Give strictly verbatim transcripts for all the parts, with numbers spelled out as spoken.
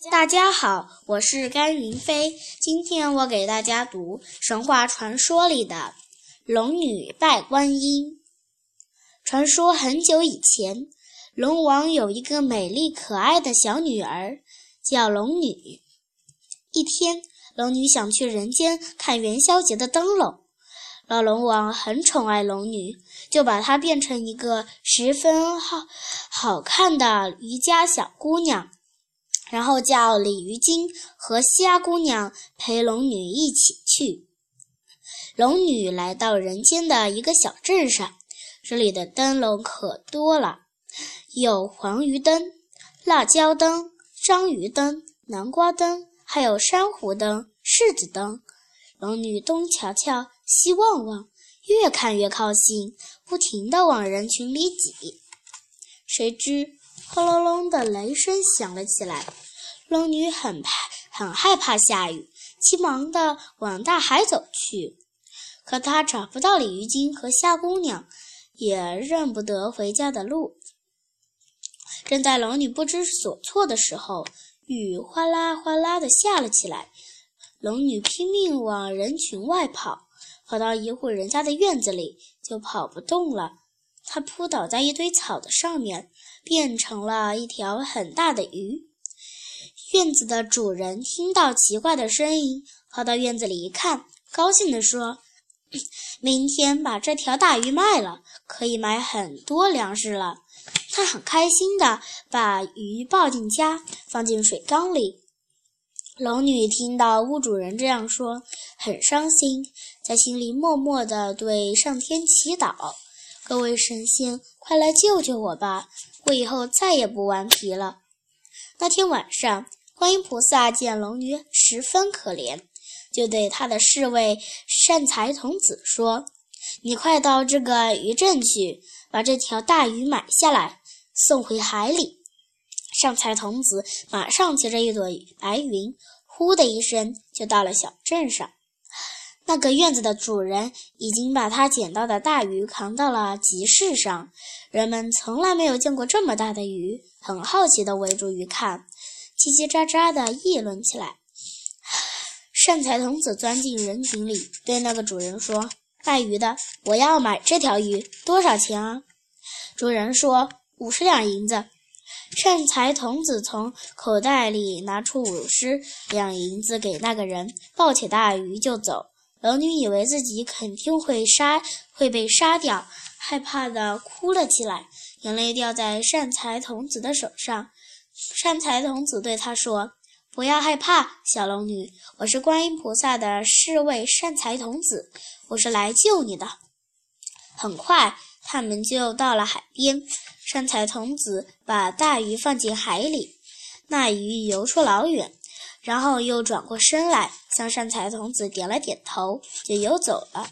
大家好，我是甘云飞。今天我给大家读神话传说里的龙女拜观音。传说很久以前，龙王有一个美丽可爱的小女儿，叫龙女。一天，龙女想去人间看元宵节的灯笼。老龙王很宠爱龙女，就把她变成一个十分好好看的渔家小姑娘，然后叫鲤鱼精和虾姑娘陪龙女一起去。龙女来到人间的一个小镇上，这里的灯笼可多了，有黄鱼灯、辣椒灯、章鱼灯、南瓜灯，还有珊瑚灯、柿子灯。龙女东瞧瞧西望望，越看越高兴，不停地往人群里挤。谁知轰隆隆的雷声响了起来，龙女很怕很害怕下雨，急忙地往大海走去。可她找不到鲤鱼精和虾姑娘，也认不得回家的路。正在龙女不知所措的时候，雨哗啦哗啦地下了起来。龙女拼命往人群外跑，跑到一户人家的院子里就跑不动了。她扑倒在一堆草的上面，变成了一条很大的鱼。院子的主人听到奇怪的声音，跑到院子里一看，高兴地说：明天把这条大鱼卖了，可以买很多粮食了。他很开心地把鱼抱进家，放进水缸里。龙女听到屋主人这样说，很伤心，在心里默默地对上天祈祷：各位神仙，快来救救我吧，我以后再也不顽皮了。那天晚上，观音菩萨见龙女十分可怜，就对他的侍卫善财童子说：你快到这个渔镇去，把这条大鱼买下来，送回海里。善财童子马上骑着一朵白云，呼的一声就到了小镇上。那个院子的主人已经把他捡到的大鱼扛到了集市上，人们从来没有见过这么大的鱼，很好奇地围住鱼看，叽叽喳喳地议论起来。善财童子钻进人群里，对那个主人说：卖鱼的，我要买这条鱼，多少钱啊？主人说：五十两银子。善财童子从口袋里拿出五十两银子给那个人，抱起大鱼就走。龙女以为自己肯定会杀会被杀掉，害怕地哭了起来，眼泪掉在善财童子的手上。善财童子对她说：不要害怕，小龙女，我是观音菩萨的侍卫善财童子，我是来救你的。很快他们就到了海边，善财童子把大鱼放进海里，那鱼游出老远，然后又转过身来向善财童子点了点头，就游走了。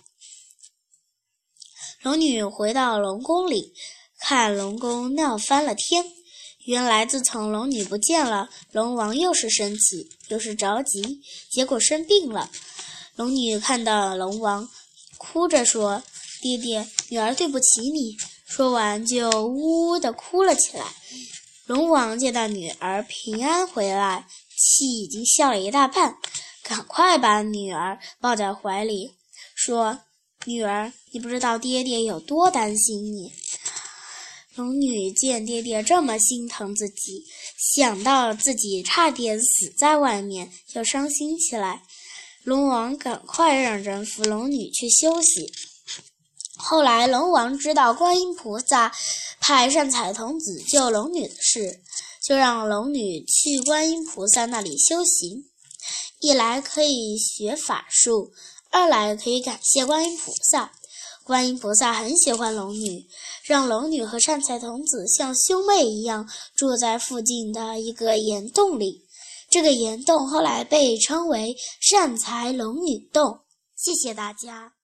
龙女回到龙宫里，看龙宫闹翻了天。原来自从龙女不见了，龙王又是生气又是着急，结果生病了。龙女看到龙王，哭着说：爹爹，女儿对不起你。说完就呜呜地哭了起来。龙王见到女儿平安回来，气已经消了一大半，赶快把女儿抱在怀里，说：女儿，你不知道爹爹有多担心你。龙女见爹爹这么心疼自己，想到自己差点死在外面，就伤心起来。龙王赶快让人扶龙女去休息。后来龙王知道观音菩萨派善财童子救龙女的事，就让龙女去观音菩萨那里修行，一来可以学法术，二来可以感谢观音菩萨。观音菩萨很喜欢龙女，让龙女和善财童子像兄妹一样住在附近的一个岩洞里。这个岩洞后来被称为善财龙女洞。谢谢大家。